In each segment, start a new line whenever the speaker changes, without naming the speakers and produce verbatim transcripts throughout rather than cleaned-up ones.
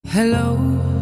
Hello,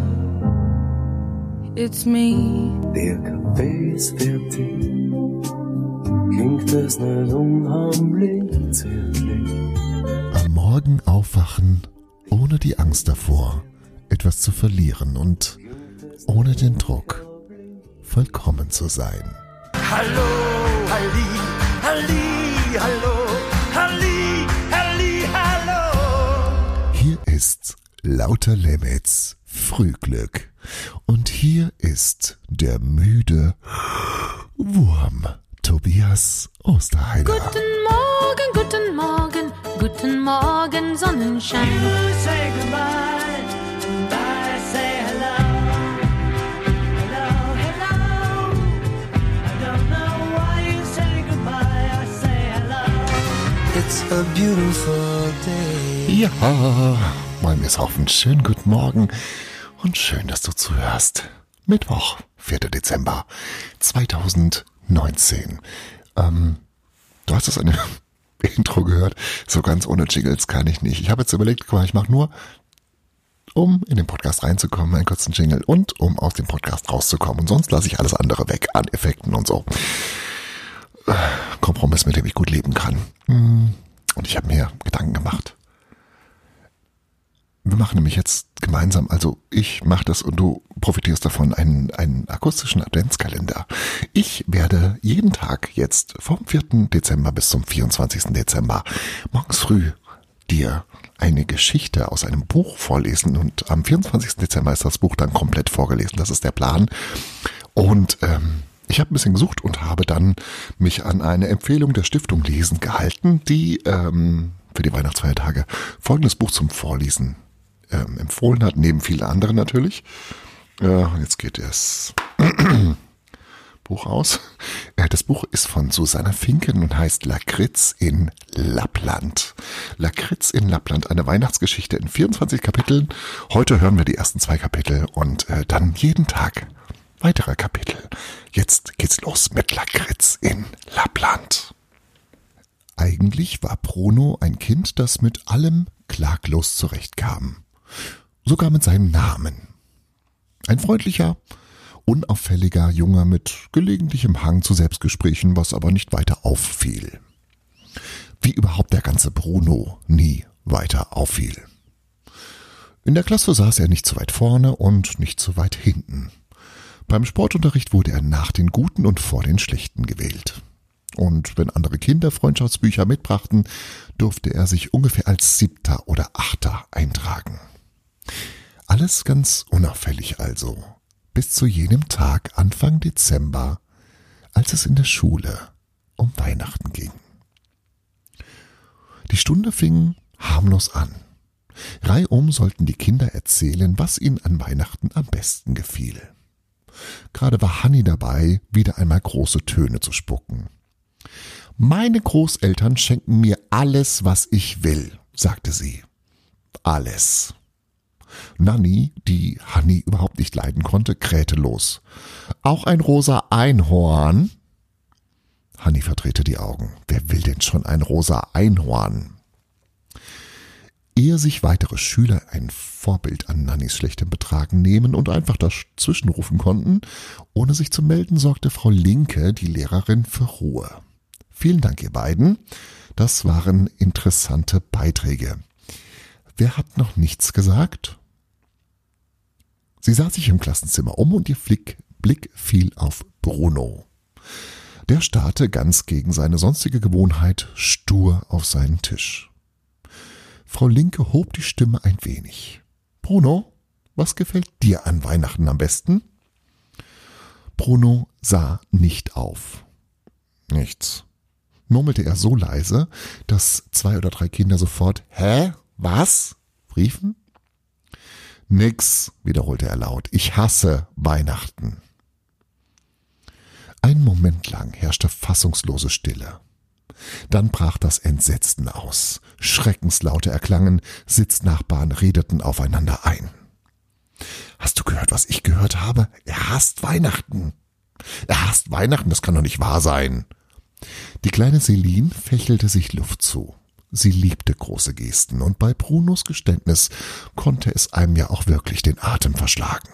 it's me.
Der Kaffee ist fertig, klingt es nicht unheimlich zärtlich.
Am Morgen aufwachen, ohne die Angst davor, etwas zu verlieren und ohne den Druck, vollkommen zu sein.
Hallo, Halli, Halli, hallo, Halli, Halli, hallo.
Hier ist Lauter Limits Frühglück. Und hier ist der müde Wurm Tobias Osterheider.
Guten Morgen, guten Morgen, guten Morgen, Sonnenschein.
You say goodbye, and I say hello. Hello, hello. I don't know why you say goodbye, I say hello.
It's a beautiful day.
Ja, wollen wir es hoffen. Schönen guten Morgen und schön, dass du zuhörst. Mittwoch, vierter Dezember zweitausendneunzehn. Ähm, du hast das eine Intro gehört. So ganz ohne Jingles kann ich nicht. Ich habe jetzt überlegt, guck mal, ich mache nur, um in den Podcast reinzukommen, einen kurzen Jingle und um aus dem Podcast rauszukommen. Und sonst lasse ich alles andere weg an Effekten und so. Kompromiss, mit dem ich gut leben kann. Und ich habe mir Gedanken gemacht. Wir machen nämlich jetzt gemeinsam, also ich mache das und du profitierst davon, einen, einen akustischen Adventskalender. Ich werde jeden Tag jetzt vom vierten Dezember bis zum vierundzwanzigsten Dezember morgens früh dir eine Geschichte aus einem Buch vorlesen und am vierundzwanzigsten Dezember ist das Buch dann komplett vorgelesen. Das ist der Plan. Und ähm, ich habe ein bisschen gesucht und habe dann mich an eine Empfehlung der Stiftung Lesen gehalten, die ähm, für die Weihnachtsfeiertage folgendes Buch zum Vorlesen ähm, empfohlen hat, neben vielen anderen natürlich. Äh, jetzt geht das Buch aus. Äh, das Buch ist von Susanna Finken und heißt Lakritz in Lappland. Lakritz in Lappland, eine Weihnachtsgeschichte in vierundzwanzig Kapiteln. Heute hören wir die ersten zwei Kapitel und äh, dann jeden Tag weitere Kapitel. Jetzt geht's los mit Lakritz in Lappland. Eigentlich war Bruno ein Kind, das mit allem klaglos zurechtkam. Sogar mit seinem Namen. Ein freundlicher, unauffälliger Junge mit gelegentlichem Hang zu Selbstgesprächen, was aber nicht weiter auffiel. Wie überhaupt der ganze Bruno nie weiter auffiel. In der Klasse saß er nicht zu weit vorne und nicht zu weit hinten. Beim Sportunterricht wurde er nach den Guten und vor den Schlechten gewählt. Und wenn andere Kinder Freundschaftsbücher mitbrachten, durfte er sich ungefähr als Siebter oder Achter eintragen. Alles ganz unauffällig also, bis zu jenem Tag Anfang Dezember, als es in der Schule um Weihnachten ging. Die Stunde fing harmlos an. Reihum sollten die Kinder erzählen, was ihnen an Weihnachten am besten gefiel. Gerade war Hanni dabei, wieder einmal große Töne zu spucken. Meine Großeltern schenken mir alles, was ich will, sagte sie. Alles. Nanni, die Hanni überhaupt nicht leiden konnte, krähte los. Auch ein rosa Einhorn? Hanni verdrehte die Augen. Wer will denn schon ein rosa Einhorn? Ehe sich weitere Schüler ein Vorbild an Nannis schlechtem Betragen nehmen und einfach dazwischenrufen konnten, ohne sich zu melden, sorgte Frau Linke, die Lehrerin, für Ruhe. Vielen Dank, ihr beiden. Das waren interessante Beiträge. Wer hat noch nichts gesagt? Sie sah sich im Klassenzimmer um und ihr Blick, Blick fiel auf Bruno. Der starrte ganz gegen seine sonstige Gewohnheit stur auf seinen Tisch. Frau Linke hob die Stimme ein wenig. Bruno, was gefällt dir an Weihnachten am besten? Bruno sah nicht auf. Nichts, murmelte er so leise, dass zwei oder drei Kinder sofort »Hä? Was?« riefen. »Nix«, wiederholte er laut, »ich hasse Weihnachten.« Einen Moment lang herrschte fassungslose Stille. Dann brach das Entsetzen aus. Schreckenslaute erklangen, Sitznachbarn redeten aufeinander ein. »Hast du gehört, was ich gehört habe? Er hasst Weihnachten.« »Er hasst Weihnachten, das kann doch nicht wahr sein.« Die kleine Celine fächelte sich Luft zu. Sie liebte große Gesten und bei Brunos Geständnis konnte es einem ja auch wirklich den Atem verschlagen.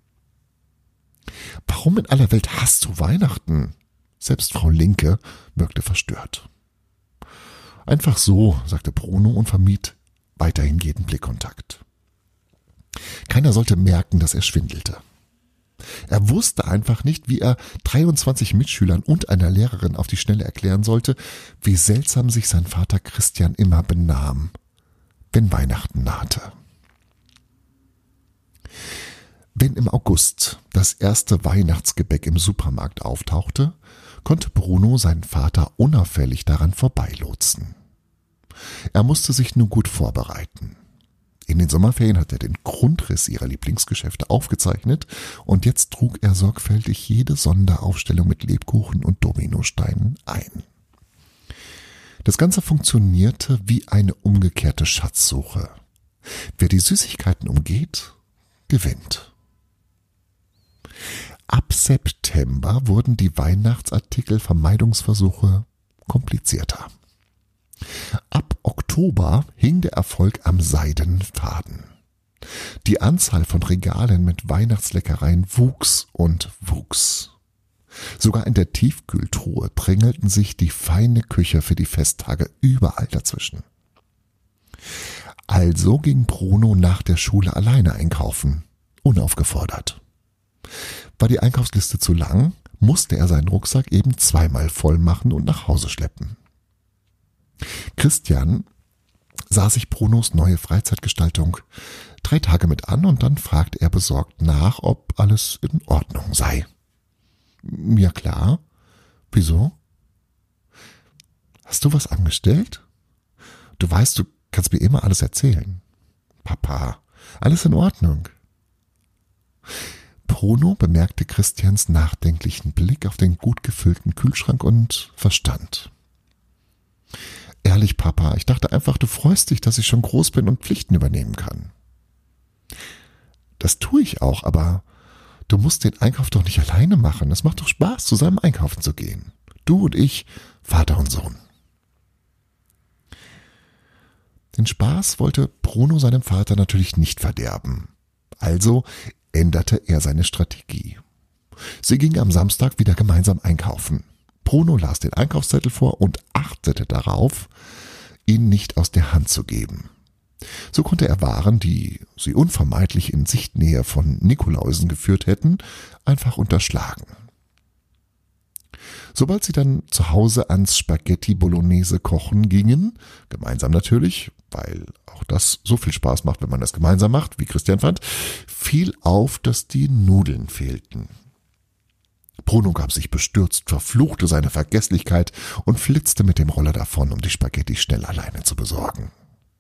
Warum in aller Welt hasst du Weihnachten? Selbst Frau Linke wirkte verstört. Einfach so, sagte Bruno und vermied weiterhin jeden Blickkontakt. Keiner sollte merken, dass er schwindelte. Er wusste einfach nicht, wie er dreiundzwanzig Mitschülern und einer Lehrerin auf die Schnelle erklären sollte, wie seltsam sich sein Vater Christian immer benahm, wenn Weihnachten nahte. Wenn im August das erste Weihnachtsgebäck im Supermarkt auftauchte, konnte Bruno seinen Vater unauffällig daran vorbeilotsen. Er musste sich nur gut vorbereiten. In den Sommerferien hat er den Grundriss ihrer Lieblingsgeschäfte aufgezeichnet und jetzt trug er sorgfältig jede Sonderaufstellung mit Lebkuchen und Dominosteinen ein. Das Ganze funktionierte wie eine umgekehrte Schatzsuche. Wer die Süßigkeiten umgeht, gewinnt. Ab September wurden die Weihnachtsartikel-Vermeidungsversuche komplizierter. Ab Oktober hing der Erfolg am seidenen Faden. Die Anzahl von Regalen mit Weihnachtsleckereien wuchs und wuchs. Sogar in der Tiefkühltruhe drängelten sich die feine Küche für die Festtage überall dazwischen. Also ging Bruno nach der Schule alleine einkaufen, unaufgefordert. War die Einkaufsliste zu lang, musste er seinen Rucksack eben zweimal voll machen und nach Hause schleppen. Christian sah sich Brunos neue Freizeitgestaltung drei Tage mit an und dann fragte er besorgt nach, ob alles in Ordnung sei. Ja klar. Wieso? Hast du was angestellt? Du weißt, du kannst mir immer alles erzählen. Papa, alles in Ordnung. Bruno bemerkte Christians nachdenklichen Blick auf den gut gefüllten Kühlschrank und verstand. Ehrlich, Papa, ich dachte einfach, du freust dich, dass ich schon groß bin und Pflichten übernehmen kann. Das tue ich auch, aber du musst den Einkauf doch nicht alleine machen. Es macht doch Spaß, zusammen einkaufen zu gehen. Du und ich, Vater und Sohn. Den Spaß wollte Bruno seinem Vater natürlich nicht verderben. Also änderte er seine Strategie. Sie gingen am Samstag wieder gemeinsam einkaufen. Bruno las den Einkaufszettel vor und achtete darauf, ihn nicht aus der Hand zu geben. So konnte er Waren, die sie unvermeidlich in Sichtnähe von Nikoläusen geführt hätten, einfach unterschlagen. Sobald sie dann zu Hause ans Spaghetti Bolognese kochen gingen, gemeinsam natürlich, weil auch das so viel Spaß macht, wenn man das gemeinsam macht, wie Christian fand, fiel auf, dass die Nudeln fehlten. Bruno gab sich bestürzt, verfluchte seine Vergesslichkeit und flitzte mit dem Roller davon, um die Spaghetti schnell alleine zu besorgen.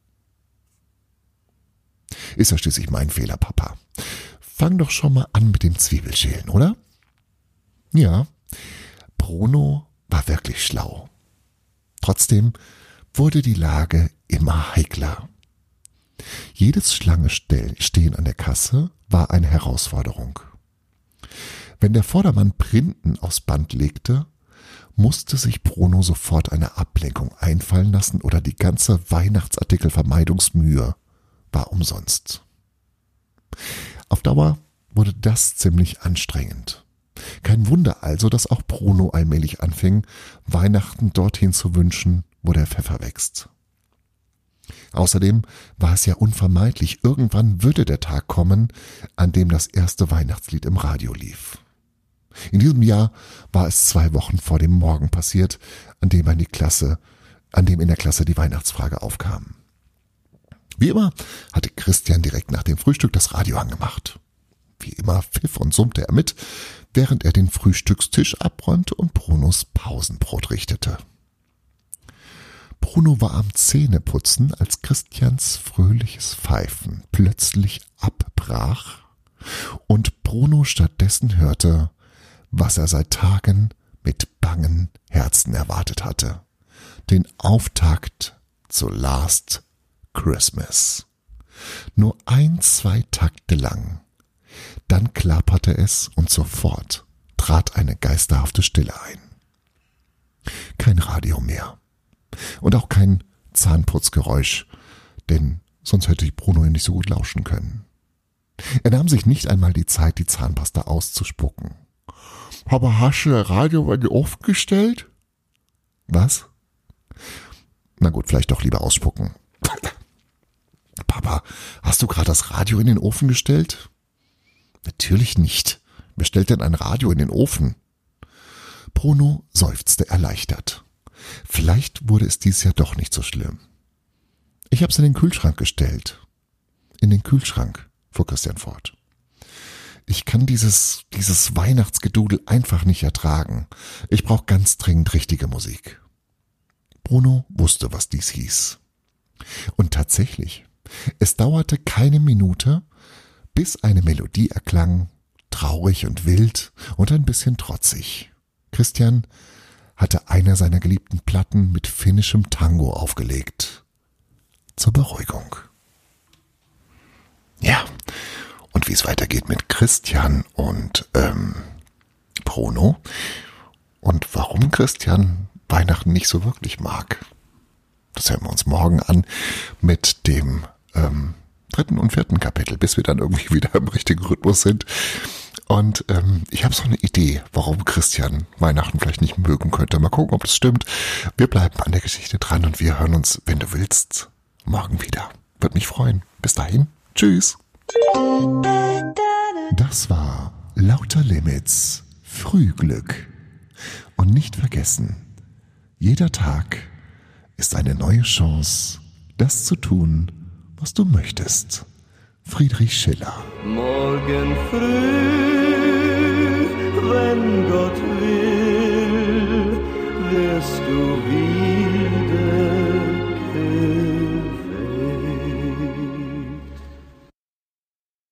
Ist ja schließlich mein Fehler, Papa. Fang doch schon mal an mit dem Zwiebelschälen, oder? Ja, Bruno war wirklich schlau. Trotzdem wurde die Lage immer heikler. Jedes Schlange stehen an der Kasse war eine Herausforderung. Wenn der Vordermann Printen aufs Band legte, musste sich Bruno sofort eine Ablenkung einfallen lassen oder die ganze Weihnachtsartikelvermeidungsmühe war umsonst. Auf Dauer wurde das ziemlich anstrengend. Kein Wunder also, dass auch Bruno allmählich anfing, Weihnachten dorthin zu wünschen, wo der Pfeffer wächst. Außerdem war es ja unvermeidlich, irgendwann würde der Tag kommen, an dem das erste Weihnachtslied im Radio lief. In diesem Jahr war es zwei Wochen vor dem Morgen passiert, an dem in die Klasse, an dem in der Klasse die Weihnachtsfrage aufkam. Wie immer hatte Christian direkt nach dem Frühstück das Radio angemacht. Wie immer pfiff und summte er mit, während er den Frühstückstisch abräumte und Brunos Pausenbrot richtete. Bruno war am Zähneputzen, als Christians fröhliches Pfeifen plötzlich abbrach und Bruno stattdessen hörte, was er seit Tagen mit bangen Herzen erwartet hatte: den Auftakt zu Last Christmas. Nur ein, zwei Takte lang. Dann klapperte es und sofort trat eine geisterhafte Stille ein. Kein Radio mehr. Und auch kein Zahnputzgeräusch, denn sonst hätte ich Bruno nicht so gut lauschen können. Er nahm sich nicht einmal die Zeit, die Zahnpasta auszuspucken. Aber hast du das Radio in den Ofen gestellt? Was? Na gut, vielleicht doch lieber ausspucken. Papa, hast du gerade das Radio in den Ofen gestellt? Natürlich nicht. Wer stellt denn ein Radio in den Ofen? Bruno seufzte erleichtert. Vielleicht wurde es dies Jahr doch nicht so schlimm. Ich hab's in den Kühlschrank gestellt. In den Kühlschrank, fuhr Christian fort. Ich kann dieses, dieses Weihnachtsgedudel einfach nicht ertragen. Ich brauche ganz dringend richtige Musik. Bruno wusste, was dies hieß. Und tatsächlich, es dauerte keine Minute, bis eine Melodie erklang, traurig und wild und ein bisschen trotzig. Christian hatte einer seiner geliebten Platten mit finnischem Tango aufgelegt. Zur Beruhigung. Ja, und wie es weitergeht mit Christian und ähm, Bruno und warum Christian Weihnachten nicht so wirklich mag, das hören wir uns morgen an mit dem ähm, dritten und vierten Kapitel, bis wir dann irgendwie wieder im richtigen Rhythmus sind. Und ähm, ich habe so eine Idee, warum Christian Weihnachten vielleicht nicht mögen könnte. Mal gucken, ob das stimmt. Wir bleiben an der Geschichte dran und wir hören uns, wenn du willst, morgen wieder. Würde mich freuen. Bis dahin. Tschüss. Das war Lauter Limits Frühglück. Und nicht vergessen, jeder Tag ist eine neue Chance, das zu tun, was du möchtest. Friedrich Schiller.
Morgen früh, wenn Gott will, wirst du wieder